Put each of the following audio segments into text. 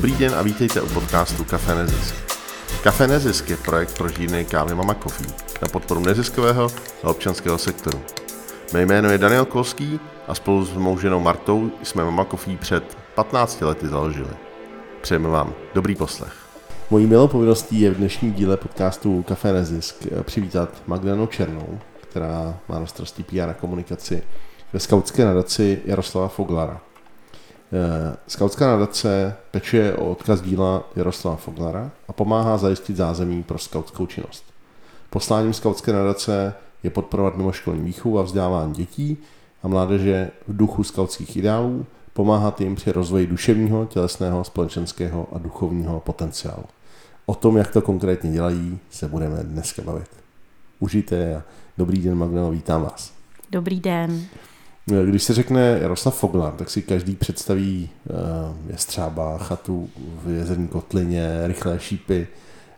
Dobrý den a vítejte u podcastu Café Nezisk. Café Nezisk je projekt pro žírny kávy Mama Coffee na podporu neziskového a občanského sektoru. Mé jméno je Daniel Kolský a spolu s mou ženou Martou jsme Mama Coffee před 15 lety založili. Přejeme vám dobrý poslech. Mojí milou povinností je v dnešním díle podcastu Café Nezisk přivítat Magdalenu Černou, která má na starosti PR a komunikaci ve skautské nadaci Jaroslava Foglara. Skautská nadace pečuje o odkaz díla Jaroslava Foglara a pomáhá zajistit zázemí pro skautskou činnost. Posláním skautské nadace je podporovat mimoškolní výchovu a vzdělávání dětí a mládeže v duchu skautských ideálů, pomáhat jim při rozvoji duševního, tělesného, společenského a duchovního potenciálu. O tom, jak to konkrétně dělají, se budeme dneska bavit. Užijte a dobrý den, Magdaleno, vítám vás. Dobrý den. Když se řekne Jaroslav Foglar, tak si každý představí jestřába, chatu v jezerní kotlině, rychlé šípy.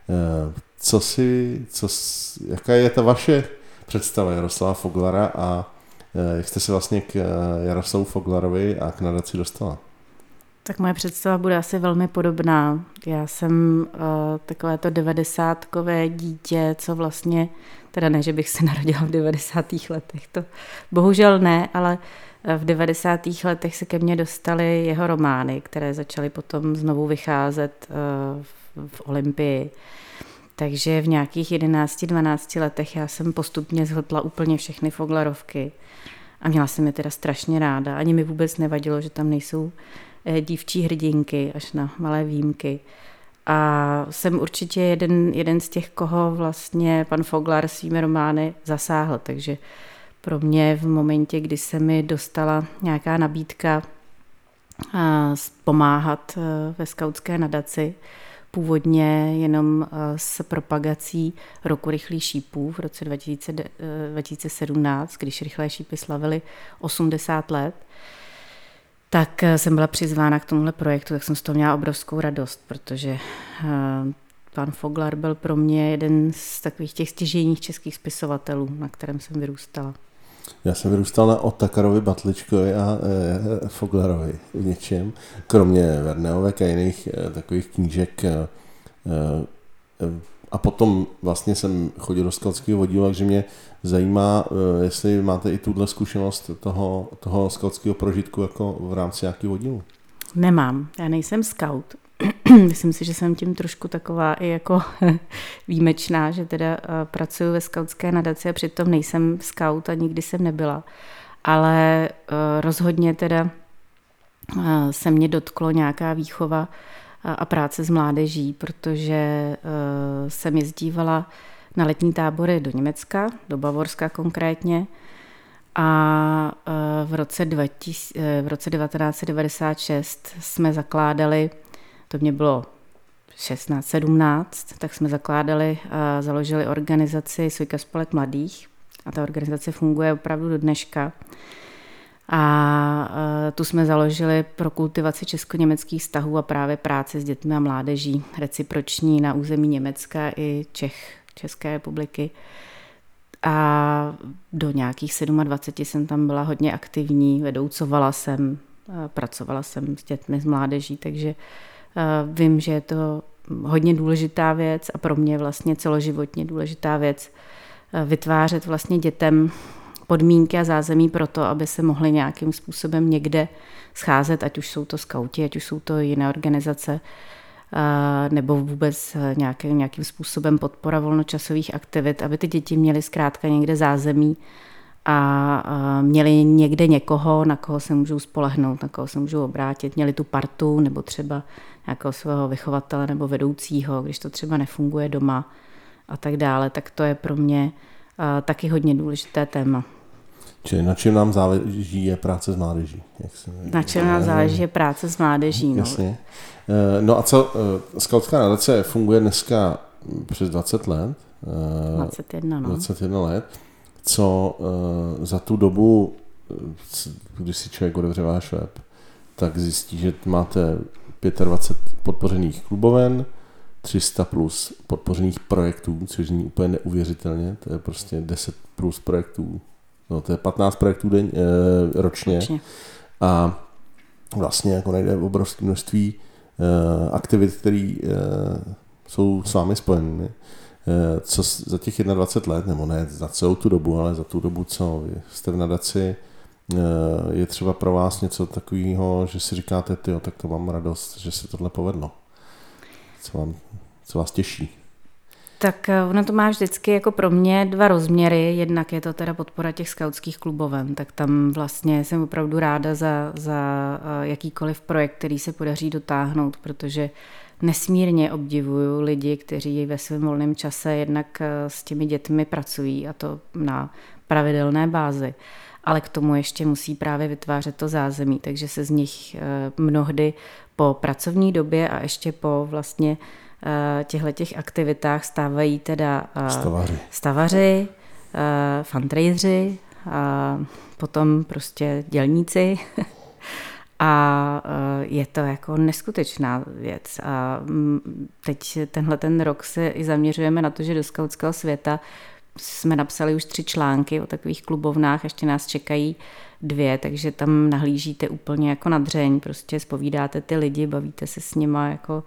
Jaká je ta vaše představa Jaroslava Foglara a jak jste se vlastně k Jaroslavu Foglarovi a k nadaci dostala? Tak moje představa bude asi velmi podobná. Já jsem takové to 90kové dítě, co vlastně, teda ne, že bych se narodila v 90. letech, to bohužel ne, ale v 90. letech se ke mně dostaly jeho romány, které začaly potom znovu vycházet v Olympii. Takže v nějakých 11-12 letech já jsem postupně zhltla úplně všechny Foglarovky a měla jsem je teda strašně ráda. Ani mi vůbec nevadilo, že tam nejsou dívčí hrdinky, až na malé výjimky. A jsem určitě jeden z těch, koho vlastně pan Foglar svými romány zasáhl. Takže pro mě v momentě, kdy se mi dostala nějaká nabídka pomáhat ve skautské nadaci, původně jenom s propagací roku rychlých šípů v roce 2017, když rychlé šípy slavily 80 let, tak jsem byla přizvána k tomuhle projektu, tak jsem z toho měla obrovskou radost, protože pan Foglar byl pro mě jeden z takových těch stěžejních českých spisovatelů, na kterém jsem vyrůstala. Já jsem vyrůstal na Ottakarovi, Batličkovi a Foglarovi v něčem, kromě Verneovek a jiných takových knížek. A potom vlastně jsem chodil do skautského oddílu, takže mě zajímá, jestli máte i tuhle zkušenost toho skautského prožitku jako v rámci nějakého oddílu. Nemám, já nejsem skaut. Myslím si, že jsem tím trošku taková i jako výjimečná, že teda pracuji ve skautské nadaci a přitom nejsem skaut a nikdy jsem nebyla. Ale rozhodně teda se mě dotklo nějaká výchova a práce s mládeží, protože jsem jezdívala na letní tábory do Německa, do Bavorska konkrétně, a v roce 1996 jsme zakládali, to mě bylo 16-17, tak jsme založili organizaci Sojka spolek mladých a ta organizace funguje opravdu do dneška. A tu jsme založili pro kultivaci česko-německých vztahů a právě práci s dětmi a mládeží reciproční na území Německa i České republiky. A do nějakých 27 jsem tam byla hodně aktivní, vedoucovala jsem, pracovala jsem s dětmi, s mládeží, takže vím, že je to hodně důležitá věc a pro mě vlastně celoživotně důležitá věc vytvářet vlastně dětem podmínky a zázemí pro to, aby se mohli nějakým způsobem někde scházet, ať už jsou to skauti, ať už jsou to jiné organizace, nebo vůbec nějakým způsobem podpora volnočasových aktivit, aby ty děti měly zkrátka někde zázemí a měli někde někoho, na koho se můžou spolehnout, na koho se můžou obrátit, měli tu partu nebo třeba nějakého svého vychovatele nebo vedoucího, když to třeba nefunguje doma a tak dále, tak to je pro mě taky hodně důležité téma. Čili na čem nám záleží je práce s mládeží? Na čem nám záleží je práce s mládeží. No. Jasně. No a co, skautská nadace funguje dneska přes 20 let? 21 let. Co za tu dobu, když si člověk otevře váš web, tak zjistí, že máte 25 podpořených kluboven, 300 plus podpořených projektů, což zní úplně neuvěřitelně, to je prostě 10 plus projektů, no to je 15 projektů ročně. A vlastně jako najde obrovské množství aktivit, které jsou s vámi spojené. Co za těch 21 let, nebo ne za celou tu dobu, ale za tu dobu, co jste v nadaci, je třeba pro vás něco takového, že si říkáte, tyjo, tak to mám radost, že se tohle povedlo. Co vás těší? Tak ono to má vždycky jako pro mě dva rozměry. Jednak je to teda podpora těch skautských kluboven, tak tam vlastně jsem opravdu ráda za jakýkoliv projekt, který se podaří dotáhnout, protože nesmírně obdivuju lidi, kteří ve svém volném čase jednak s těmi dětmi pracují, a to na pravidelné bázi. Ale k tomu ještě musí právě vytvářet to zázemí, takže se z nich mnohdy po pracovní době a ještě po vlastně těchto aktivitách stávají teda stavaři, fundraiseři, potom prostě dělníci a je to jako neskutečná věc. A teď ten rok se i zaměřujeme na to, že do skautského světa jsme napsali už 3 články o takových klubovnách, ještě nás čekají 2, takže tam nahlížíte úplně jako na dřeň, prostě zpovídáte ty lidi, bavíte se s nima jako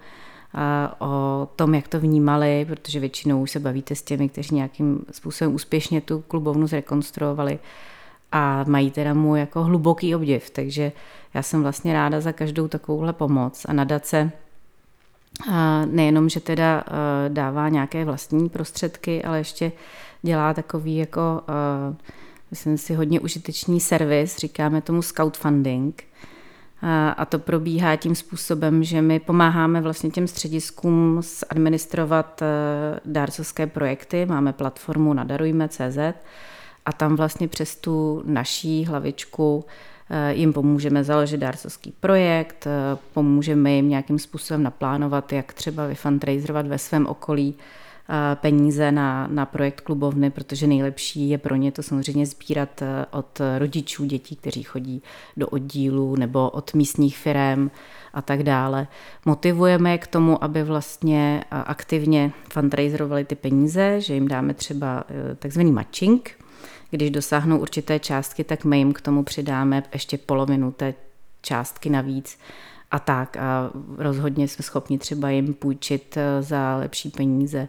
o tom, jak to vnímali, protože většinou už se bavíte s těmi, kteří nějakým způsobem úspěšně tu klubovnu zrekonstruovali a mají teda můj jako hluboký obdiv, takže já jsem vlastně ráda za každou takovouhle pomoc a nadace nejenom, že teda dává nějaké vlastní prostředky, ale ještě dělá takový jako, myslím si, hodně užitečný servis, říkáme tomu scout funding. A to probíhá tím způsobem, že my pomáháme vlastně těm střediskům administrovat dárcovské projekty. Máme platformu nadarujme.cz a tam vlastně přes tu naší hlavičku jim pomůžeme založit dárcovský projekt, pomůžeme jim nějakým způsobem naplánovat, jak třeba vyfundraizovat ve svém okolí peníze na projekt klubovny, protože nejlepší je pro ně to samozřejmě sbírat od rodičů dětí, kteří chodí do oddílu nebo od místních firem a tak dále. Motivujeme je k tomu, aby vlastně aktivně fundraizerovali ty peníze, že jim dáme třeba takzvaný matching. Když dosáhnou určité částky, tak my jim k tomu přidáme ještě polovinu té částky navíc. A tak a rozhodně jsme schopni třeba jim půjčit za lepší peníze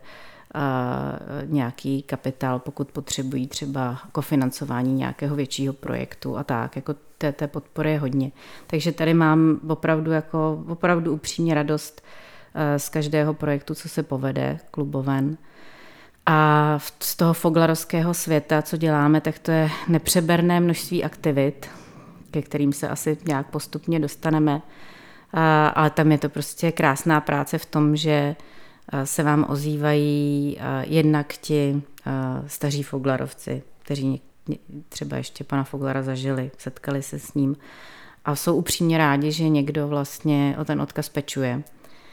nějaký kapitál, pokud potřebují třeba kofinancování nějakého většího projektu a tak, jako té podpory je hodně. Takže tady mám opravdu upřímně radost z každého projektu, co se povede kluboven. A z toho foglarovského světa, co děláme, tak to je nepřeberné množství aktivit, ke kterým se asi nějak postupně dostaneme. Ale tam je to prostě krásná práce v tom, že se vám ozývají jednak ti staří foglarovci, kteří třeba ještě pana Foglara zažili, setkali se s ním a jsou upřímně rádi, že někdo vlastně o ten odkaz pečuje.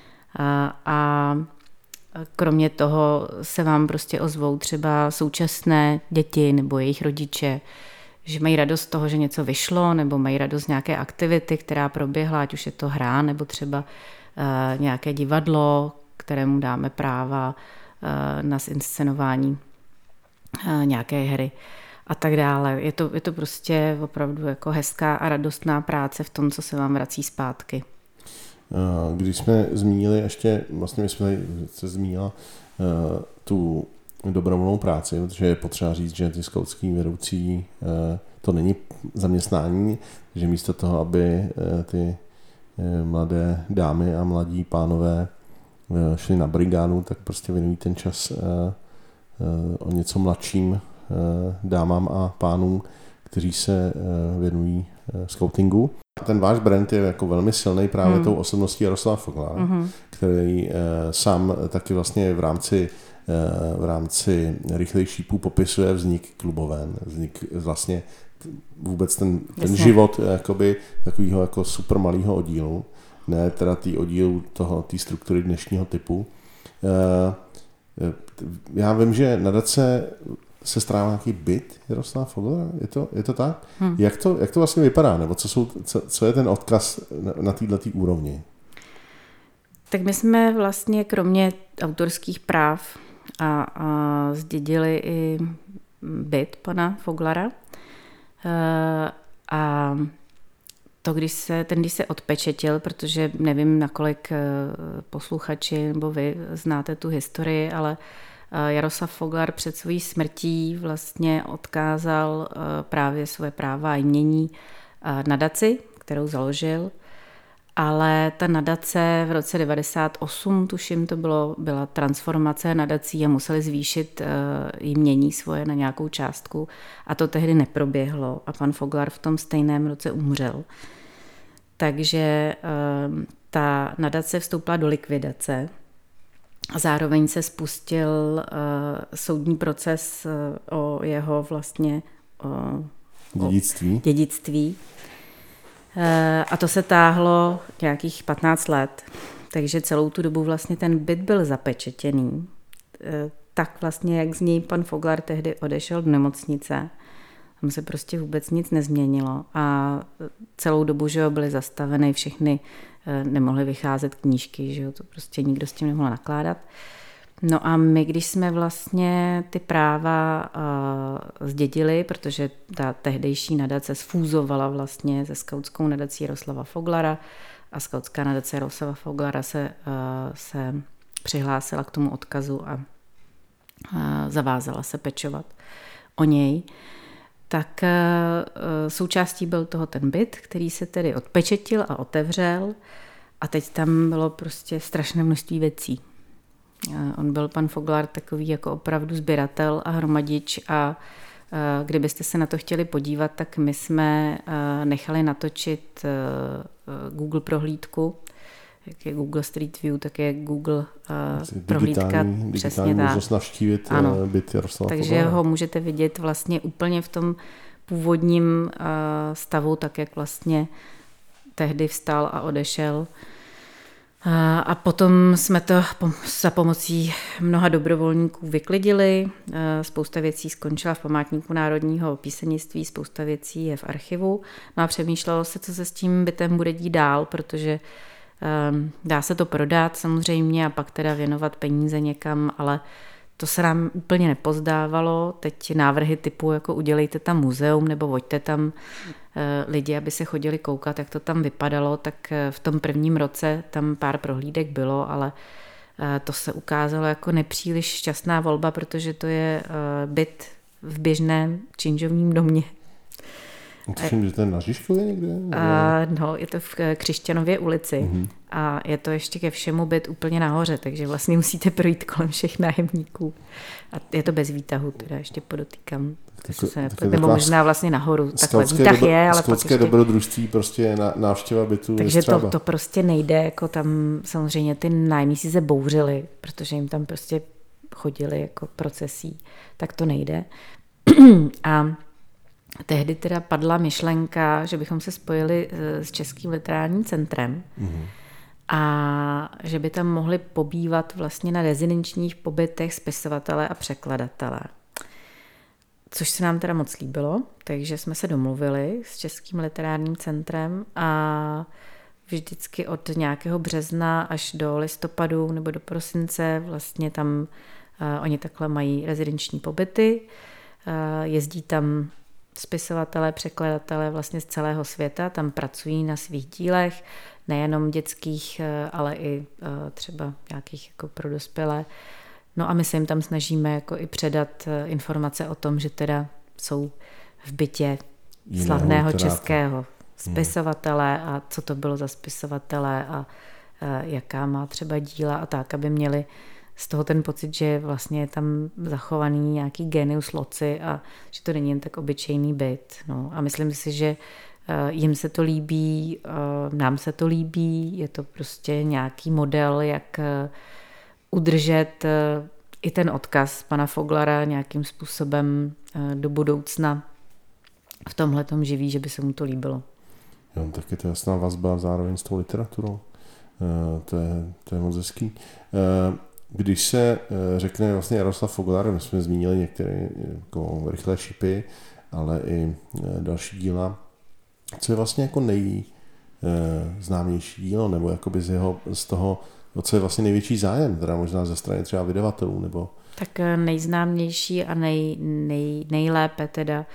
A kromě toho se vám prostě ozvou třeba současné děti nebo jejich rodiče, že mají radost z toho, že něco vyšlo, nebo mají radost z nějaké aktivity, která proběhla, ať už je to hra, nebo třeba nějaké divadlo, kterému dáme práva na zinscenování nějaké hry a tak dále. Je to prostě opravdu jako hezká a radostná práce v tom, co se vám vrací zpátky. Když jsme zmínili ještě, vlastně my jsme se zmínila tu dobrovolnou práci, protože je potřeba říct, že ty skautský vedoucí to není zaměstnání, že místo toho, aby ty mladé dámy a mladí pánové šli na brigádu, tak prostě věnují ten čas o něco mladším dámám a pánům, kteří se věnují skautingu. Ten váš brand je jako velmi silný právě tou osobností Jaroslava Foglara, který sám taky vlastně v rámci rychlejší šípů popisuje vznik kluboven, vznik vlastně vůbec ten život jakoby takového jako super malého oddílu, ne teda tý oddílu té struktury dnešního typu. Já vím, že nadace se stará nějaký byt Jaroslava Foglara, je to tak? Jak to vlastně vypadá, nebo co je ten odkaz na této úrovni? Tak my jsme vlastně kromě autorských práv a zdědili i byt pana Foglara a když se odpečetil, protože nevím, nakolik posluchači nebo vy znáte tu historii, ale Jaroslav Foglar před svojí smrtí vlastně odkázal právě svoje práva a jmění nadaci, kterou založil, ale ta nadace v roce 98, tuším, byla transformace nadací a museli zvýšit jmění svoje na nějakou částku a to tehdy neproběhlo a pan Foglar v tom stejném roce umřel. Takže ta nadace vstoupila do likvidace a zároveň se spustil soudní proces o jeho vlastně dědictví. A to se táhlo nějakých 15 let, takže celou tu dobu vlastně ten byt byl zapečetěný. Tak vlastně, jak z něj pan Foglar tehdy odešel do nemocnice, tam se prostě vůbec nic nezměnilo a celou dobu, že jo, byly zastaveny všechny, nemohly vycházet knížky, že jo, to prostě nikdo s tím nemohl nakládat. No a my, když jsme vlastně ty práva zdědili, protože ta tehdejší nadace sfúzovala vlastně se skautskou nadací Jaroslava Foglara a skautská nadace Jaroslava Foglara se přihlásila k tomu odkazu a zavázala se pečovat o něj, tak součástí byl toho ten byt, který se tedy odpečetil a otevřel a teď tam bylo prostě strašné množství věcí. On byl pan Foglar takový jako opravdu sběratel a hromadič a kdybyste se na to chtěli podívat, tak my jsme nechali natočit Google prohlídku. Jak je Google Street View, tak je Google prohlídka. Digitální možnost navštívit byt Jaroslava Takže Foglara. ho můžete vidět vlastně úplně v tom původním stavu, tak jak vlastně tehdy vstal a odešel. A potom jsme to za pomocí mnoha dobrovolníků vyklidili. Spousta věcí skončila v památníku národního písemnictví, spousta věcí je v archivu. No a přemýšlelo se, co se s tím bytem bude dít dál, protože dá se to prodat samozřejmě a pak teda věnovat peníze někam, ale to se nám úplně nepozdávalo. Teď návrhy typu jako udělejte tam muzeum nebo voďte tam lidi, aby se chodili koukat, jak to tam vypadalo, tak v tom prvním roce tam pár prohlídek bylo, ale to se ukázalo jako nepříliš šťastná volba, protože to je byt v běžném činžovním domě. Tuším, že to je na Žižkově někde? No, je to v Křišťanově ulici a je to ještě ke všemu byt úplně nahoře, takže vlastně musíte projít kolem všech nájemníků. A je to bez výtahu, teda ještě podotýkám. Nebo možná vlastně nahoru. Takhle výtah je, ale pak ještě... dobrodružství prostě je návštěva bytu. Takže to prostě nejde, jako tam samozřejmě ty nájemníci se bouřili, protože jim tam prostě chodili jako procesí, tak to nejde. A tehdy teda padla myšlenka, že bychom se spojili s Českým literárním centrem a že by tam mohli pobývat vlastně na rezidenčních pobytech spisovatelé a překladatelé. Což se nám teda moc líbilo, takže jsme se domluvili s Českým literárním centrem a vždycky od nějakého března až do listopadu nebo do prosince vlastně tam oni takhle mají rezidenční pobyty, jezdí tam spisovatelé, překladatelé vlastně z celého světa, tam pracují na svých dílech, nejenom dětských, ale i třeba nějakých jako pro dospělé. No a my se jim tam snažíme jako i předat informace o tom, že teda jsou v bytě slavného českého spisovatele a co to bylo za spisovatele a jaká má třeba díla a tak, aby měli z toho ten pocit, že vlastně je tam zachovaný nějaký genius loci a že to není jen tak obyčejný byt. No. A myslím si, že jim se to líbí, nám se to líbí, je to prostě nějaký model, jak udržet i ten odkaz pana Foglara nějakým způsobem do budoucna v tomhletom živý, že by se mu to líbilo. Jo, tak je to jasná vazba zároveň s tou literaturou. To je moc hezký. Když se řekne vlastně Jaroslav Foglar, my jsme zmínili některé jako rychlé šipy, ale i další díla. Co je vlastně jako nejznámější dílo, nebo jakoby z toho, co je vlastně největší zájem, teda možná ze strany třeba vydavatelů, nebo... Tak nejznámější a nejlépe teda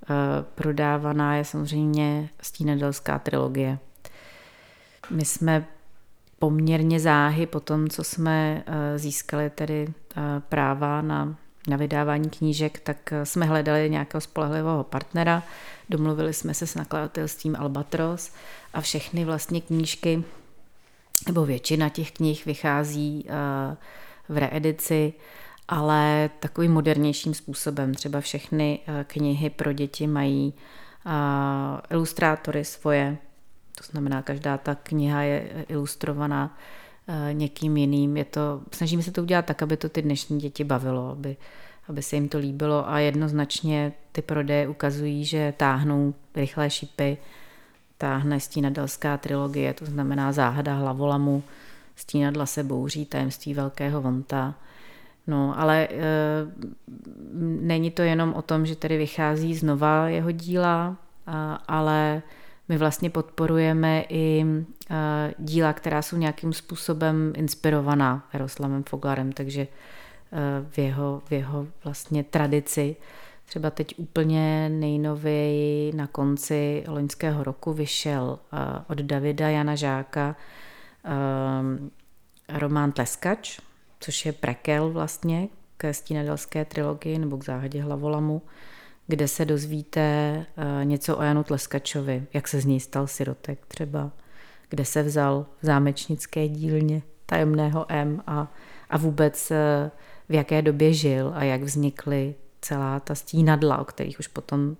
prodávaná je samozřejmě Stínadelská trilogie. My jsme poměrně záhy po tom, co jsme získali tedy práva na vydávání knížek, tak jsme hledali nějakého spolehlivého partnera, domluvili jsme se s nakladatelstvím Albatros a všechny vlastně knížky, nebo většina těch knih vychází v reedici, ale takovým modernějším způsobem. Třeba všechny knihy pro děti mají ilustrátory svoje, to znamená, každá ta kniha je ilustrovaná někým jiným. Snažíme se to udělat tak, aby to ty dnešní děti bavilo, aby se jim to líbilo a jednoznačně ty prodeje ukazují, že táhnou Rychlé šípy, táhne Stínadelská trilogie, to znamená Záhada hlavolamu, Stínadla se bouří, Tajemství velkého vonta. No, ale není to jenom o tom, že tedy vychází znova jeho díla, ale my vlastně podporujeme i díla, která jsou nějakým způsobem inspirovaná Jaroslavem Foglarem, takže v jeho vlastně tradici. Třeba teď úplně nejnověji na konci loňského roku vyšel od Davida Jana Žáka román Tleskač, což je prequel vlastně ke Stínadelské trilogii nebo k Záhadě hlavolamu, kde se dozvíte něco o Janu Tleskačovi, jak se z něj stal sirotek třeba, kde se vzal v zámečnické dílně tajemného M a vůbec v jaké době žil a jak vznikly celá ta stínadla, o kterých už potom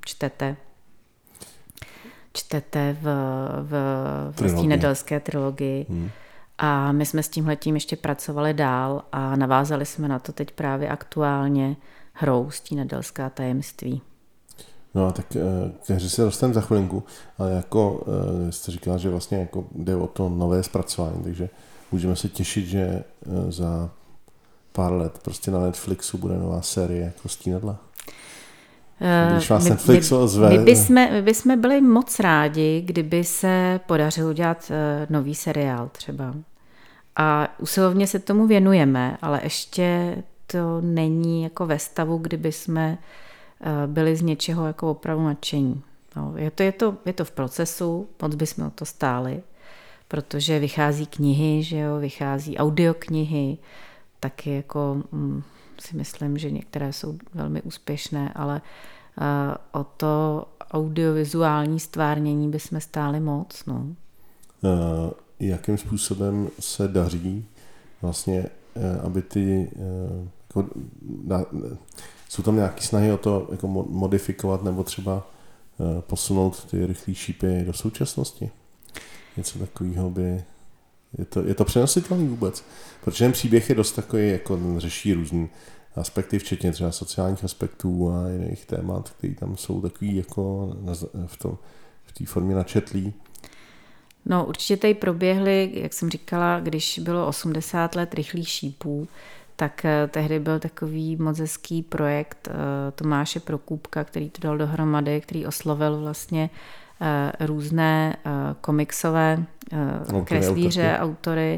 čtete v Stínadelské trilogii. A my jsme s tímhletím ještě pracovali dál a navázali jsme na to teď právě aktuálně hrou Stínadelská tajemství. No a tak ke hře se dostaneme za chvilinku, ale jako jste říkala, že vlastně jako jde o to nové zpracování, takže můžeme se těšit, že za pár let prostě na Netflixu bude nová série jako Stínadla. Když vás Netflix ozve. My bychom byli moc rádi, kdyby se podařilo udělat nový seriál třeba. A usilovně se tomu věnujeme, ale ještě to není jako ve stavu, kdyby jsme byli z něčeho jako opravdu nadšení. No, je to v procesu, moc bychom o to stáli, protože vychází knihy, že jo, vychází audioknihy, taky jako si myslím, že některé jsou velmi úspěšné, ale o to audiovizuální stvárnění bychom stáli moc. No. Jakým způsobem se daří vlastně, aby ty jako, jsou tam nějaké snahy o to jako modifikovat nebo třeba posunout ty Rychlý šípy do současnosti? Něco takového by... Je to přenositelný vůbec? Protože ten příběh je dost takový, jako řeší různý aspekty, včetně třeba sociálních aspektů a jiných témat, které tam jsou takový jako v té formě načetlý. No určitě tady proběhly, jak jsem říkala, když bylo 80 let Rychlých šípů, tak tehdy byl takový moc hezký projekt Tomáše Prokůpka, který to dal dohromady, který oslovil vlastně různé komiksové kreslíře, autory,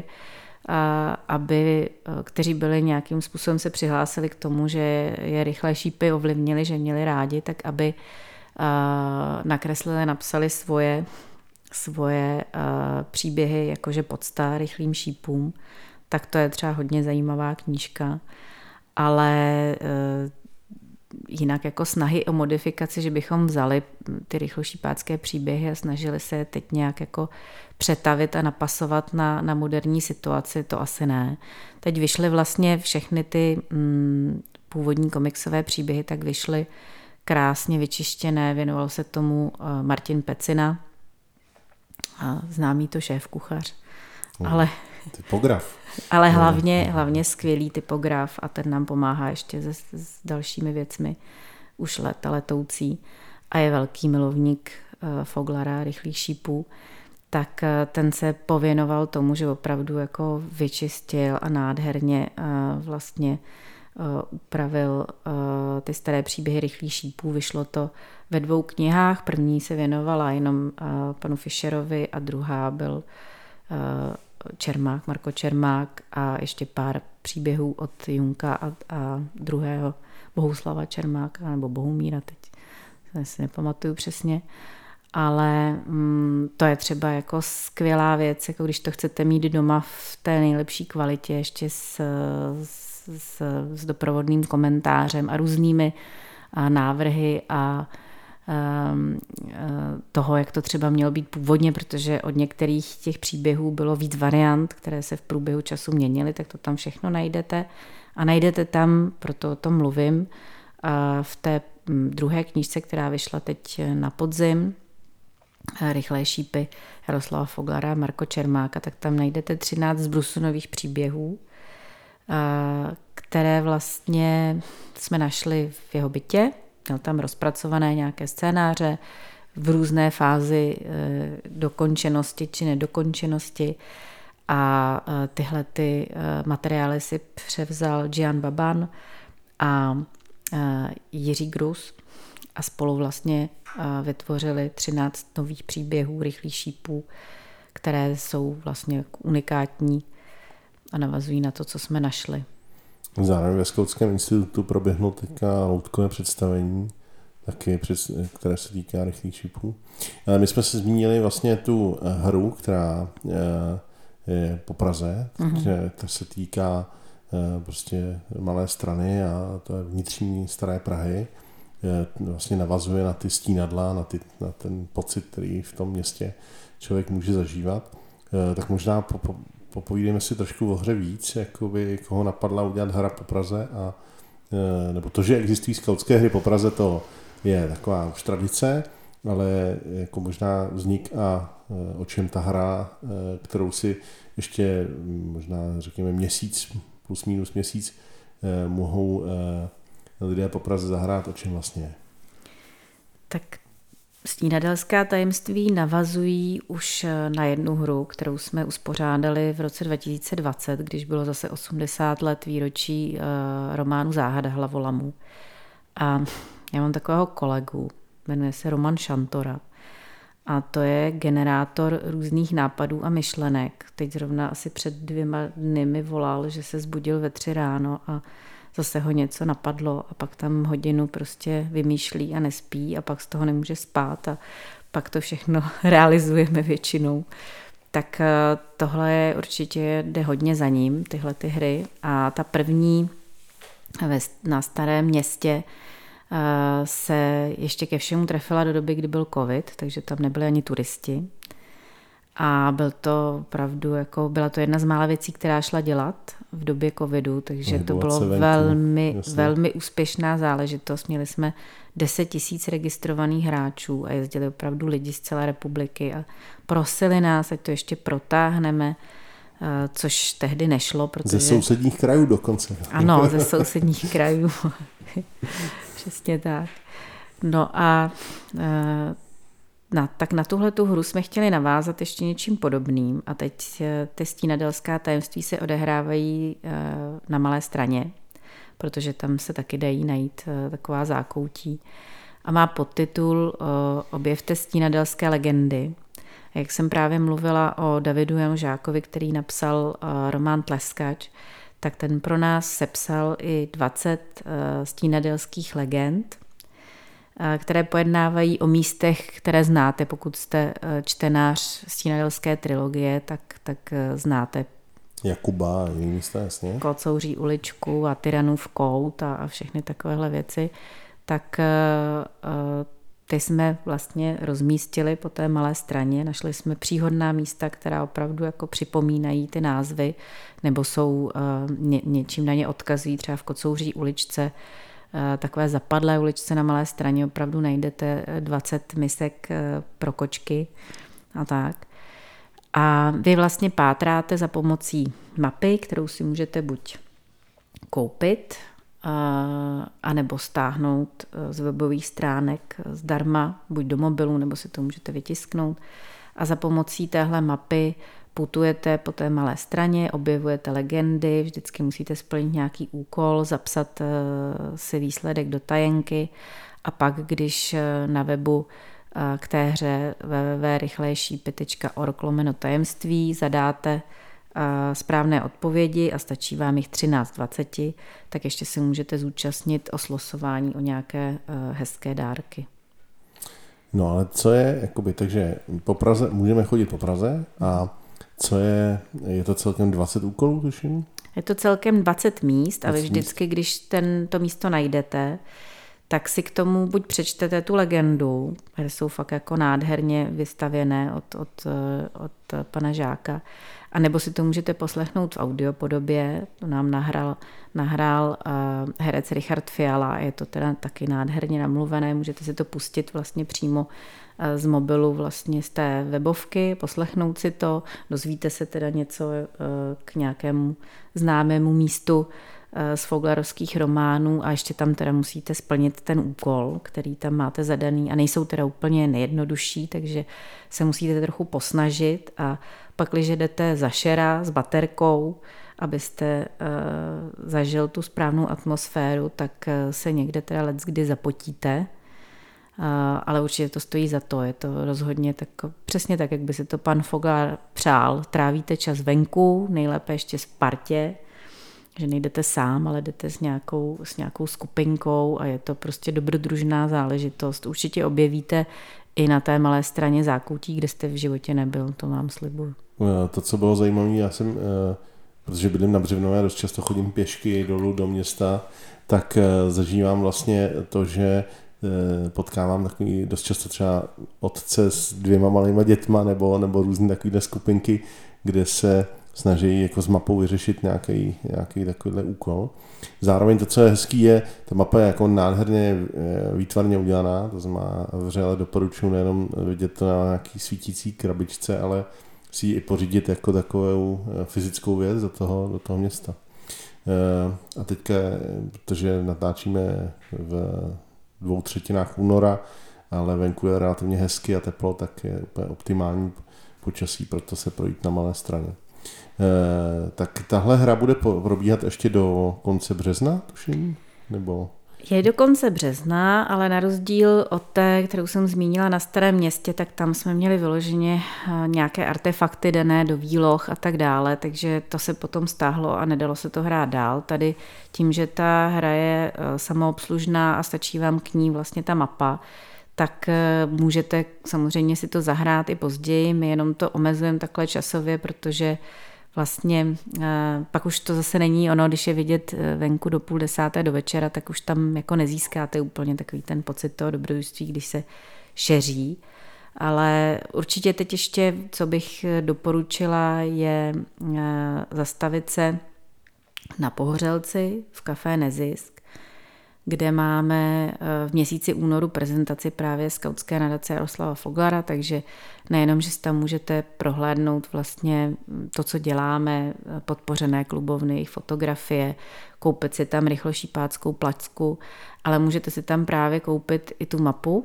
kteří byli nějakým způsobem se přihlásili k tomu, že je Rychlé šípy ovlivnili, že měli rádi, tak aby nakreslili, napsali svoje příběhy, jakože podsta Rychlým šípům, tak to je třeba hodně zajímavá knížka, ale jinak jako snahy o modifikaci, že bychom vzali ty rychlošípácké příběhy a snažili se teď nějak jako přetavit a napasovat na moderní situaci, to asi ne. Teď vyšly vlastně všechny ty původní komiksové příběhy, tak vyšly krásně vyčištěné, věnoval se tomu Martin Pecina, známý to šéfkuchař, ale typograf. Ale hlavně skvělý typograf a ten nám pomáhá ještě s dalšími věcmi už letoucí a je velký milovník Foglara, Rychlých šípů, tak ten se pověnoval tomu, že opravdu jako vyčistil a nádherně vlastně upravil ty staré příběhy Rychlých šípů. Vyšlo to ve 2 knihách. První se věnovala jenom panu Fischerovi a druhá byl Marko Čermák a ještě pár příběhů od Junka a druhého Bohuslava Čermáka nebo Bohumíra, teď já si nepamatuju přesně, ale to je třeba jako skvělá věc, jako když to chcete mít doma v té nejlepší kvalitě, ještě s doprovodným komentářem a různými návrhy a toho, jak to třeba mělo být původně, protože od některých těch příběhů bylo víc variant, které se v průběhu času měnily, tak to tam všechno najdete. A najdete tam, proto o tom mluvím, v té druhé knížce, která vyšla teď na podzim, Rychlé šípy Jaroslava Foglara a Marko Čermáka, tak tam najdete 13 zbrusunových příběhů, které vlastně jsme našli v jeho bytě. Měl tam rozpracované nějaké scénáře v různé fázi dokončenosti či nedokončenosti a tyhle ty materiály si převzal Gian Baban a Jiří Grus a spolu vlastně vytvořili 13 nových příběhů Rychlých šípů, které jsou vlastně unikátní a navazují na to, co jsme našli. Zároveň ve Skautském institutu proběhlo teďka loutkové představení, taky které se týká Rychlých šípů. My jsme se zmínili vlastně tu hru, která je po Praze, takže to se týká prostě Malé Strany a to je vnitřní Staré Prahy. Vlastně navazuje na ty stínadla, na ten pocit, který v tom městě člověk může zažívat. Tak možná popovídejme si trošku o hře víc, jakoby koho napadla udělat hra po Praze nebo to, že existují skautské hry po Praze, to je taková už tradice, ale jako možná vznik a o čem ta hra, kterou si ještě možná řekněme měsíc, plus minus měsíc mohou lidé po Praze zahrát, o čem vlastně je. Tak Stínadelská tajemství navazují už na jednu hru, kterou jsme uspořádali v roce 2020, když bylo zase 80 let výročí románu Záhada hlavolamů. A já mám takového kolegu, jmenuje se Roman Šantora. A to je generátor různých nápadů a myšlenek. Teď zrovna asi před 2 dny mi volal, že se zbudil ve 3 ráno a zase ho něco napadlo a pak tam hodinu prostě vymýšlí a nespí a pak z toho nemůže spát a pak to všechno realizujeme většinou. Tak tohle je určitě jde hodně za ním, tyhle ty hry. A ta první na Starém Městě se ještě ke všemu trefila do doby, kdy byl covid, takže tam nebyli ani turisti. A byl to opravdu, jako byla to jedna z mála věcí, která šla dělat v době covidu, takže to bylo velmi úspěšná záležitost. Měli jsme 10 000 registrovaných hráčů a jezdili opravdu lidi z celé republiky a prosili nás, ať to ještě protáhneme, což tehdy nešlo. Protože... Ze sousedních krajů dokonce. Ano, ze sousedních krajů. Přesně tak. No a tak na tuhletu hru jsme chtěli navázat ještě něčím podobným a teď ty Stínadelská tajemství se odehrávají na Malé Straně, protože tam se taky dají najít taková zákoutí a má podtitul Objevte stínadelské legendy. A jak jsem právě mluvila o Davidu Janžákovi, který napsal román Tleskač, tak ten pro nás sepsal i 20 stínadelských legend, které pojednávají o místech, které znáte. Pokud jste čtenář Stínadelské trilogie, tak znáte Jakuba a jiný místa, jasně. Kocouří uličku a Tyranův kout a všechny takovéhle věci. Tak ty jsme vlastně rozmístili po té Malé Straně. Našli jsme příhodná místa, která opravdu jako připomínají ty názvy, nebo jsou něčím na ně odkazují, třeba v Kocouří uličce, takové zapadlé uličce na Malé Straně opravdu najdete 20 misek pro kočky a tak. A vy vlastně pátráte za pomocí mapy, kterou si můžete buď koupit, anebo stáhnout z webových stránek zdarma, buď do mobilu, nebo si to můžete vytisknout. A za pomocí téhle mapy putujete po té Malé Straně, objevujete legendy, vždycky musíte splnit nějaký úkol, zapsat si výsledek do tajenky a pak, když na webu k té hře www.rychlejšípy.org/tajemství zadáte správné odpovědi a stačí vám jich 13-20, tak ještě si můžete zúčastnit o slosování o nějaké hezké dárky. No ale co je, jakoby, takže po Praze, můžeme chodit po Praze a co je to celkem 20 úkolů, tuším? Je to celkem 20 míst a vy vždycky, když to místo najdete, tak si k tomu buď přečtete tu legendu, které jsou fakt jako nádherně vystavěné od pana Žáka, a nebo si to můžete poslechnout v audiopodobě, to nám nahrál herec Richard Fiala, je to teda taky nádherně namluvené, můžete si to pustit vlastně přímo z mobilu, vlastně z té webovky, poslechnout si to, dozvíte se teda něco k nějakému známému místu z foglarovských románů a ještě tam teda musíte splnit ten úkol, který tam máte zadaný a nejsou teda úplně nejjednodušší, takže se musíte trochu posnažit a pak, když jdete za šera s baterkou, abyste zažil tu správnou atmosféru, tak se někde teda leckdy zapotíte, ale určitě to stojí za to, je to rozhodně přesně tak, jak by si to pan Foglar přál. Trávíte čas venku, nejlépe ještě v partě, že nejdete sám, ale jdete s nějakou skupinkou a je to prostě dobrodružná záležitost. Určitě objevíte i na té malé straně zákoutí, kde jste v životě nebyl, to vám slibuju. To, co bylo zajímavé, já jsem, protože bydlím na Břevnové, dost často chodím pěšky dolů do města, tak zažívám vlastně to, že potkávám takový dost často třeba otce s 2 malýma dětma nebo různé takové skupinky, kde se snaží jako s mapou vyřešit nějaký takovýhle úkol. Zároveň to, co je hezký, je, ta mapa je jako nádherně výtvarně udělaná, to znamená vřele doporučuji nejenom vidět to na nějaký svítící krabičce, ale si ji i pořídit jako takovou fyzickou věc do toho města. A teďka, protože natáčíme v 2/3 února, ale venku je relativně hezky a teplo, tak je úplně optimální počasí, proto se projít na Malé Straně. Tak tahle hra bude probíhat ještě do konce března, tuším? Nebo... Je do konce března, ale na rozdíl od té, kterou jsem zmínila na Starém Městě, tak tam jsme měli vyloženě nějaké artefakty dané do výloh a tak dále, takže to se potom stáhlo a nedalo se to hrát dál. Tady tím, že ta hra je samoobslužná a stačí vám k ní vlastně ta mapa, tak můžete samozřejmě si to zahrát i později, my jenom to omezujeme takhle časově, protože vlastně pak už to zase není ono, když je vidět venku do 9:30 do večera, tak už tam jako nezískáte úplně takový ten pocit toho dobrodružství, když se šeří. Ale určitě teď ještě, co bych doporučila, je zastavit se na Pohořelci v Café Nezisk, kde máme v měsíci únoru prezentaci právě skautské nadace Jaroslava Foglara, takže nejenom, že si tam můžete prohlédnout vlastně to, co děláme, podpořené klubovny, jejich fotografie, koupit si tam rychlošípáckou placku, ale můžete si tam právě koupit i tu mapu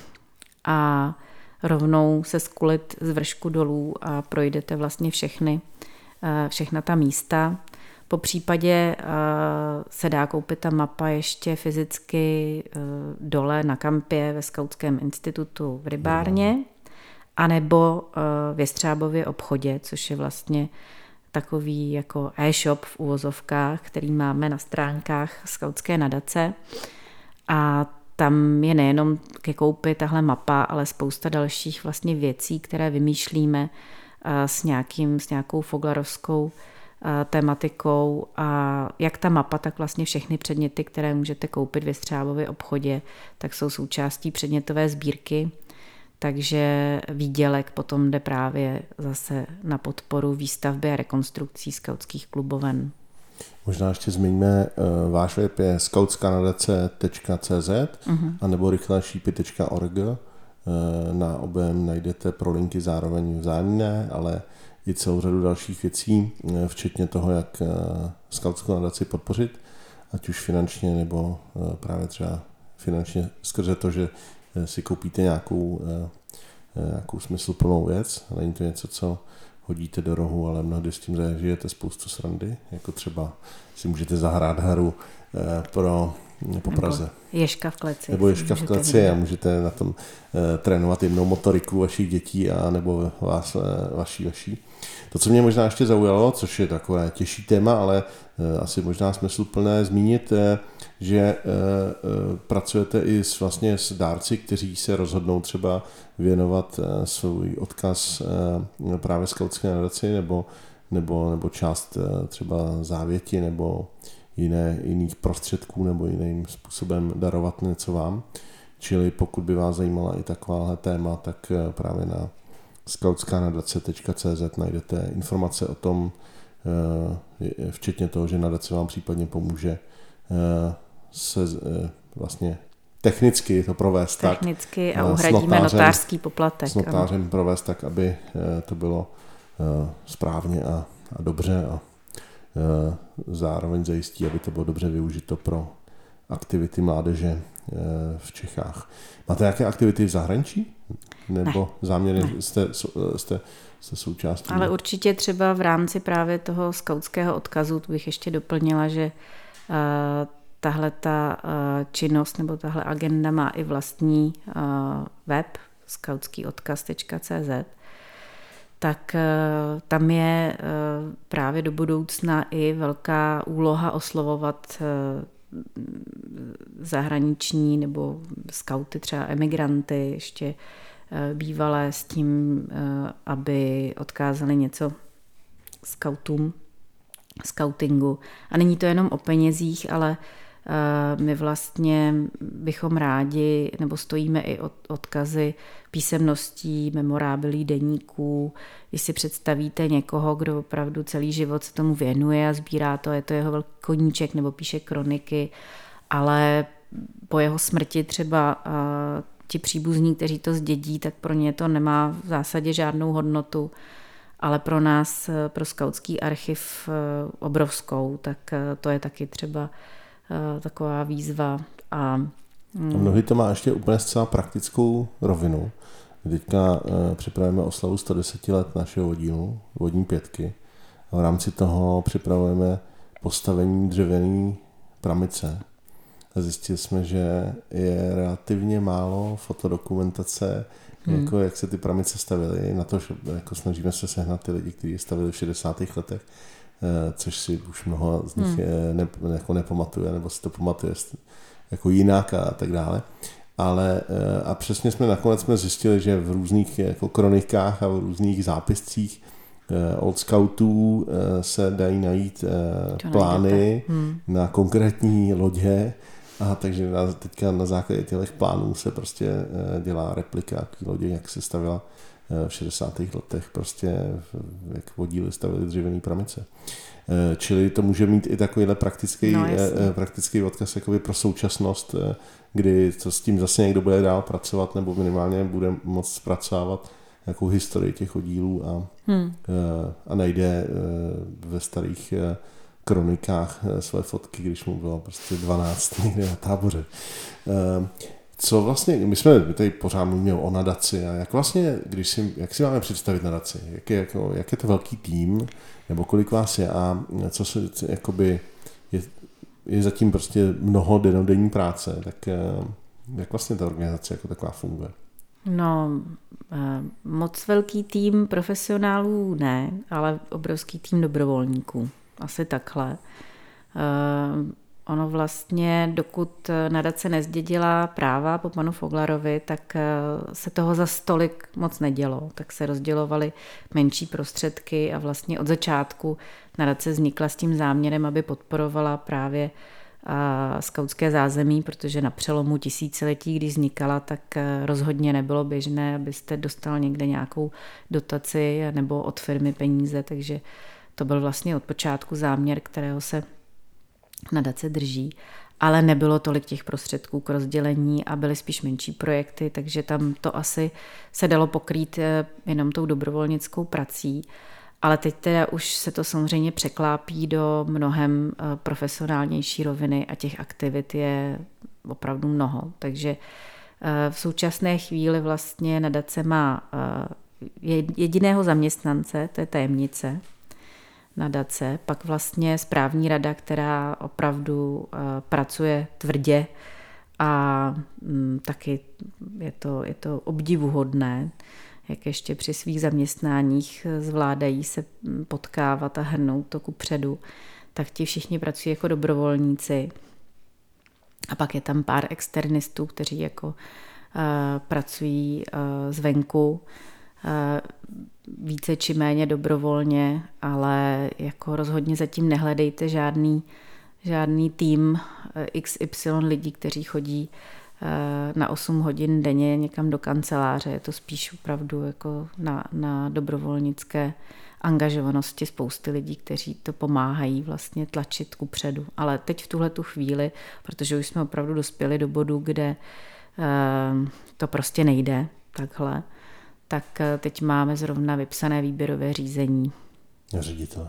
a rovnou se skulit z vršku dolů a projdete vlastně všechna ta místa. Po případě se dá koupit ta mapa ještě fyzicky dole na kampě ve Skautském institutu v Rybárně, anebo v Jestřábově obchodě, což je vlastně takový jako e-shop v uvozovkách, který máme na stránkách Skautské nadace. A tam je nejenom ke koupi tahle mapa, ale spousta dalších vlastně věcí, které vymýšlíme s nějakou foglarovskou tematikou a jak ta mapa, tak vlastně všechny předměty, které můžete koupit v Jestřábově obchodě, tak jsou součástí předmětové sbírky, takže výdělek potom jde právě zase na podporu výstavby a rekonstrukcí skautských kluboven. Možná ještě zmiňme, váš web je skautskanadace.cz anebo rychlešípy.org. Na obém najdete prolinky zároveň vzájemné, ale i celou řadu dalších věcí, včetně toho, jak skautskou nadaci podpořit, ať už finančně nebo právě třeba finančně skrze to, že si koupíte nějakou smysluplnou věc. Není to něco, co hodíte do rohu, ale mnohdy s tím zažijete spoustu srandy, jako třeba si můžete zahrát hru pro po Praze. Ježka v kleci. Nebo Ježka v kleci a můžete na tom trénovat jemnou motoriku vašich dětí a nebo vaší. To, co mě možná ještě zaujalo, což je takové těžší téma, ale asi možná smysluplné zmínit, že pracujete i vlastně s dárci, kteří se rozhodnou třeba věnovat svůj odkaz právě skautské nadaci nebo část třeba závěti nebo jiných prostředků nebo jiným způsobem darovat něco vám. Čili pokud by vás zajímala i takováhle téma, tak právě na skautskanadace.cz najdete informace o tom, včetně toho, že nadace vám případně pomůže se vlastně technicky to provést technicky a uhradíme notářský poplatek. S notářem provést tak, aby to bylo správně a dobře a zároveň zajistí, aby to bylo dobře využito pro aktivity mládeže v Čechách. Máte nějaké aktivity v zahraničí? Nebo záměrně jste součástí? Ale určitě třeba v rámci právě toho skautského odkazu, to bych ještě doplnila, že tahle ta činnost nebo tahle agenda má i vlastní web skautskýodkaz.cz, tak tam je právě do budoucna i velká úloha oslovovat zahraniční nebo skauty, třeba emigranty, ještě bývalé s tím, aby odkázali něco skautům, skautingu. A není to jenom o penězích, ale my vlastně bychom rádi, nebo stojíme i odkazy písemností, memorábilí, deníků. Když si představíte někoho, kdo opravdu celý život se tomu věnuje a sbírá to, je to jeho velký koníček nebo píše kroniky, ale po jeho smrti třeba ti příbuzní, kteří to zdědí, tak pro ně to nemá v zásadě žádnou hodnotu, ale pro nás, pro skautský archiv obrovskou, tak to je taky třeba taková výzva. A mnohdy to má ještě úplně zcela praktickou rovinu. Teďka připravujeme oslavu 110 let našeho oddílu, vodní pětky. A v rámci toho připravujeme postavení dřevěné pramice. A zjistili jsme, že je relativně málo fotodokumentace, jako jak se ty pramice stavily. Na to, že jako snažíme se sehnat ty lidi, kteří je stavili v 60. letech, což si už mnoho z nich jako nepamatuje, nebo si to pamatuje jako jinak a tak dále. Ale a přesně nakonec jsme zjistili, že v různých jako kronikách a v různých zápiscích old scoutů se dají najít plány na konkrétní lodě, a takže teďka na základě těch plánů se prostě dělá replika lodě, jak se stavila v 60. letech, prostě jak vodíly stavili dřevěný pramice. Čili to může mít i takovýhle praktický odkaz jakoby pro současnost, kdy to s tím zase někdo bude dál pracovat nebo minimálně bude moct zpracovávat nějakou historii těch oddílů a najde ve starých kronikách své fotky, když mu bylo prostě 12 někde na táboře. Co vlastně, my tady pořád mluvíme o nadaci a jak vlastně, jak si máme představit nadaci? Jak je to velký tým, nebo kolik vás je a co se jakoby je zatím prostě mnoho dennodenní práce, tak jak vlastně ta organizace jako taková funguje? No, moc velký tým profesionálů ne, ale obrovský tým dobrovolníků. Asi takhle. Ono vlastně, dokud nadace nezdědila práva po panu Foglarovi, tak se toho za stolik moc nedělo. Tak se rozdělovaly menší prostředky a vlastně od začátku nadace vznikla s tím záměrem, aby podporovala právě skautské zázemí, protože na přelomu tisíciletí, když vznikala, tak rozhodně nebylo běžné, abyste dostal někde nějakou dotaci nebo od firmy peníze, takže to byl vlastně od počátku záměr, kterého se nadace drží, ale nebylo tolik těch prostředků k rozdělení a byly spíš menší projekty, takže tam to asi se dalo pokrýt jenom tou dobrovolnickou prací, ale teď teda už se to samozřejmě překlápí do mnohem profesionálnější roviny a těch aktivit je opravdu mnoho, takže v současné chvíli vlastně nadace má jediného zaměstnance, to je tajemnice, nadace, pak vlastně správní rada, která opravdu pracuje tvrdě a taky je to obdivuhodné, jak ještě při svých zaměstnáních zvládají se potkávat a hrnout to kupředu, tak ti všichni pracují jako dobrovolníci. A pak je tam pár externistů, kteří jako pracují zvenku, více či méně dobrovolně, ale jako rozhodně zatím nehledejte žádný tým XY lidí, kteří chodí na 8 hodin denně někam do kanceláře. Je to spíš opravdu jako na dobrovolnické angažovanosti spousty lidí, kteří to pomáhají vlastně tlačit kupředu. Ale teď v tuhletu chvíli, protože už jsme opravdu dospěli do bodu, kde to prostě nejde takhle, tak teď máme zrovna vypsané výběrové řízení. Na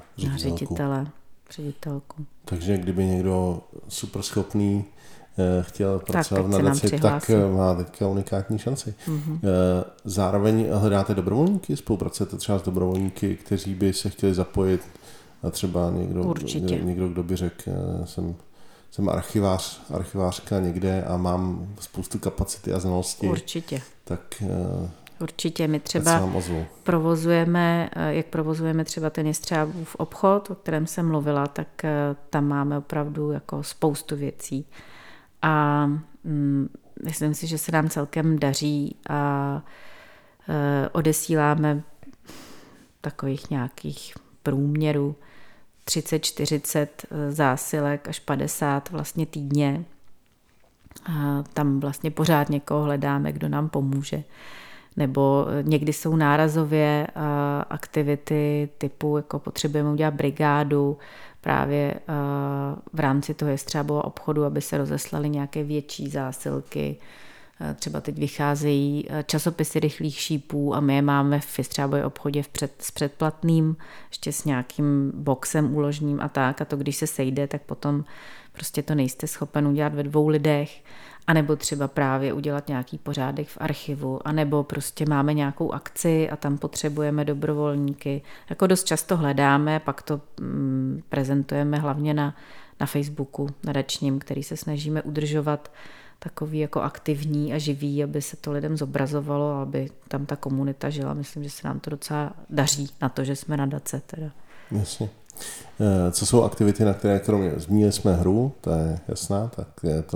ředitelku. Takže kdyby někdo super schopný chtěl pracovat v nadaci, tak má teďka unikátní šanci. Mm-hmm. Zároveň hledáte dobrovolníky? Spolupracujete třeba s dobrovolníky, kteří by se chtěli zapojit a třeba někdo kdo by řekl, jsem archivářka někde a mám spoustu kapacity a znalostí. Určitě. Tak určitě, my třeba provozujeme třeba ten Jestřábův obchod, o kterém jsem mluvila, tak tam máme opravdu jako spoustu věcí. A myslím si, že se nám celkem daří a odesíláme takových nějakých průměrů 30-40 zásilek až 50 vlastně týdně. A tam vlastně pořád někoho hledáme, kdo nám pomůže. Nebo někdy jsou nárazově aktivity typu, jako potřebujeme udělat brigádu právě v rámci toho Jestřábova obchodu, aby se rozeslaly nějaké větší zásilky. Třeba teď vycházejí časopisy rychlých šípů a my je máme v Jestřábově obchodě s předplatným, ještě s nějakým boxem úložným a tak. A to, když se sejde, tak potom prostě to nejste schopen udělat ve 2 lidech. A nebo třeba právě udělat nějaký pořádek v archivu, a nebo prostě máme nějakou akci a tam potřebujeme dobrovolníky. Jako dost často hledáme, pak to prezentujeme hlavně na Facebooku nadačním, který se snažíme udržovat takový jako aktivní a živý, aby se to lidem zobrazovalo, aby tam ta komunita žila. Myslím, že se nám to docela daří na to, že jsme nadace teda. Jasně. Co jsou aktivity, na které zmínili jsme hru, to je jasná, tak to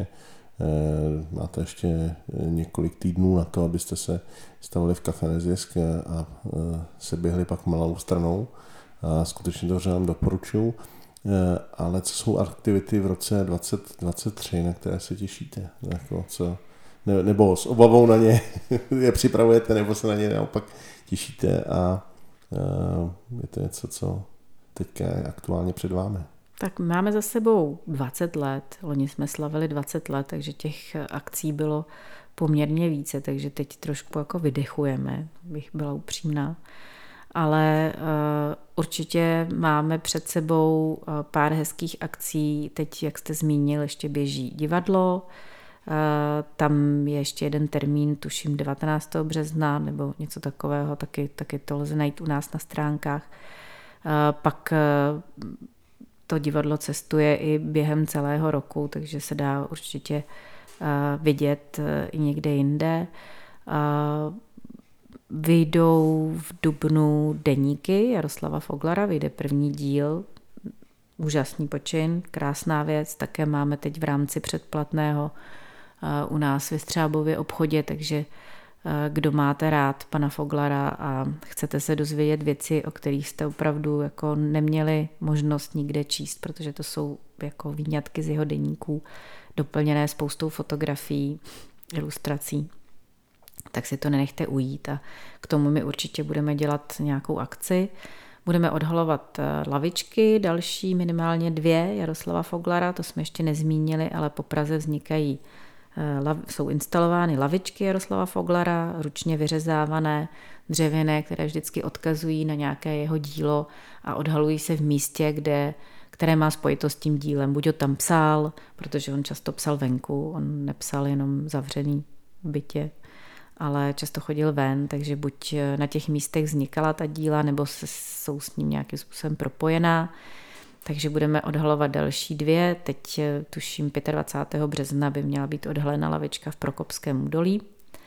máte ještě několik týdnů na to, abyste se stavili v Café Nezisk a se běhli pak malou stranou. A skutečně to vám doporučuju. Ale co jsou aktivity v roce 2023, na které se těšíte? Nebo s obavou na ně je připravujete, nebo se na ně naopak těšíte a je to něco, co teďka je aktuálně před vámi? Tak máme za sebou 20 let, loni jsme slavili 20 let, takže těch akcí bylo poměrně více, takže teď trošku jako vydechujeme, bych byla upřímná. Ale určitě máme před sebou pár hezkých akcí, teď, jak jste zmínil, ještě běží divadlo, tam je ještě jeden termín, tuším 19. března nebo něco takového, taky to lze najít u nás na stránkách. Pak to divadlo cestuje i během celého roku, takže se dá určitě vidět i někde jinde. Vyjdou v dubnu deníky Jaroslava Foglara, vyjde první díl, úžasný počin, krásná věc, také máme teď v rámci předplatného u nás v Jestřábově obchodě, takže kdo máte rád pana Foglara a chcete se dozvědět věci, o kterých jste opravdu jako neměli možnost nikde číst, protože to jsou jako výňatky z jeho deníků, doplněné spoustou fotografií, ilustrací, tak si to nenechte ujít a k tomu my určitě budeme dělat nějakou akci. Budeme odhalovat lavičky, další minimálně 2 Jaroslava Foglara, to jsme ještě nezmínili, ale po Praze vznikají, jsou instalovány lavičky Jaroslava Foglara, ručně vyřezávané, dřevěné, které vždycky odkazují na nějaké jeho dílo a odhalují se v místě, které má spojitost s tím dílem. Buď ho tam psal, protože on často psal venku, on nepsal jenom zavřený v bytě, ale často chodil ven, takže buď na těch místech vznikala ta díla, nebo jsou s ním nějakým způsobem propojená. Takže budeme odhalovat další 2. Teď tuším 25. března by měla být odhalena lavička v Prokopském údolí.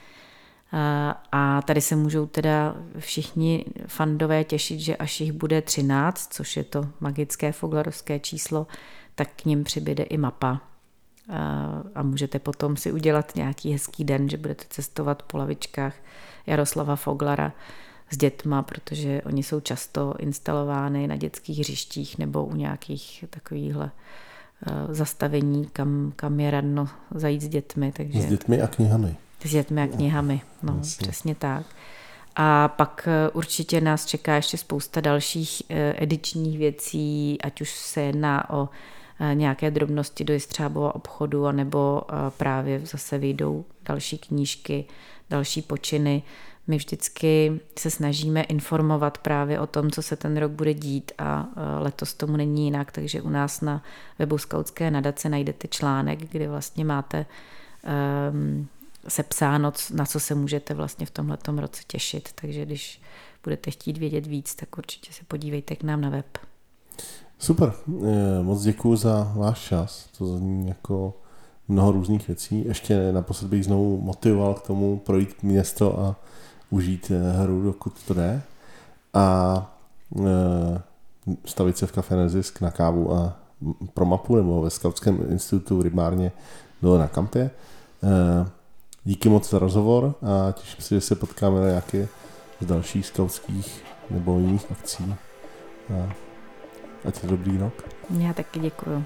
A tady se můžou teda všichni fandové těšit, že až jich bude 13, což je to magické foglarovské číslo, tak k nim přibyde i mapa. A můžete potom si udělat nějaký hezký den, že budete cestovat po lavičkách Jaroslava Foglara s dětma, protože oni jsou často instalovány na dětských hřištích nebo u nějakých takovýchhle zastavení, kam je radno zajít s dětmi. Takže s dětmi a knihami. S dětmi a knihami, no, přesně tak. A pak určitě nás čeká ještě spousta dalších edičních věcí, ať už se jedná o nějaké drobnosti do Jestřábova obchodu, anebo právě zase vyjdou další knížky, další počiny. My vždycky se snažíme informovat právě o tom, co se ten rok bude dít a letos tomu není jinak, takže u nás na webu Skautské nadace najdete článek, kde vlastně máte sepsáno, na co se můžete vlastně v tomhletom roce těšit. Takže když budete chtít vědět víc, tak určitě se podívejte k nám na web. Super, moc děkuju za váš čas, to zní jako mnoho různých věcí. Ještě naposled bych znovu motivoval k tomu projít město a užít hru, dokud to jde. A stavit se v Café Nezisk na kávu a pro mapu nebo ve Skautském institutu v Rybárně dole na kampě. Díky moc za rozhovor a těším se, že se potkáme na nějaké z dalších skautských nebo jiných akcí. A ať je dobrý rok. Já taky děkuju.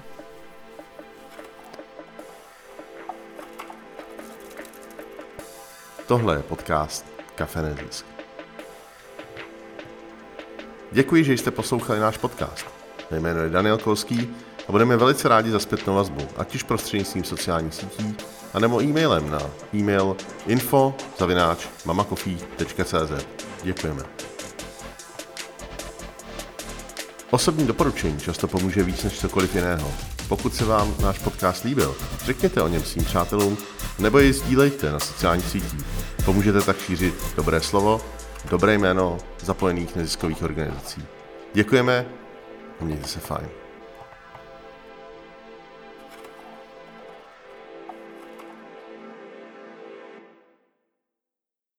Tohle je podcast Café Nezisk. Děkuji, že jste poslouchali náš podcast. Mé jméno je Daniel Kolský a budeme velice rádi za zpětnou vazbu, ať už prostřednictvím sociálních sítí, anebo e-mailem na e-mail info@mamacoffee.cz. Děkujeme. Osobní doporučení často pomůže víc než cokoliv jiného. Pokud se vám náš podcast líbil, řekněte o něm svým přátelům nebo ji sdílejte na sociálních sítích. Pomůžete tak šířit dobré slovo, dobré jméno zapojených neziskových organizací. Děkujeme a mějte se fajn.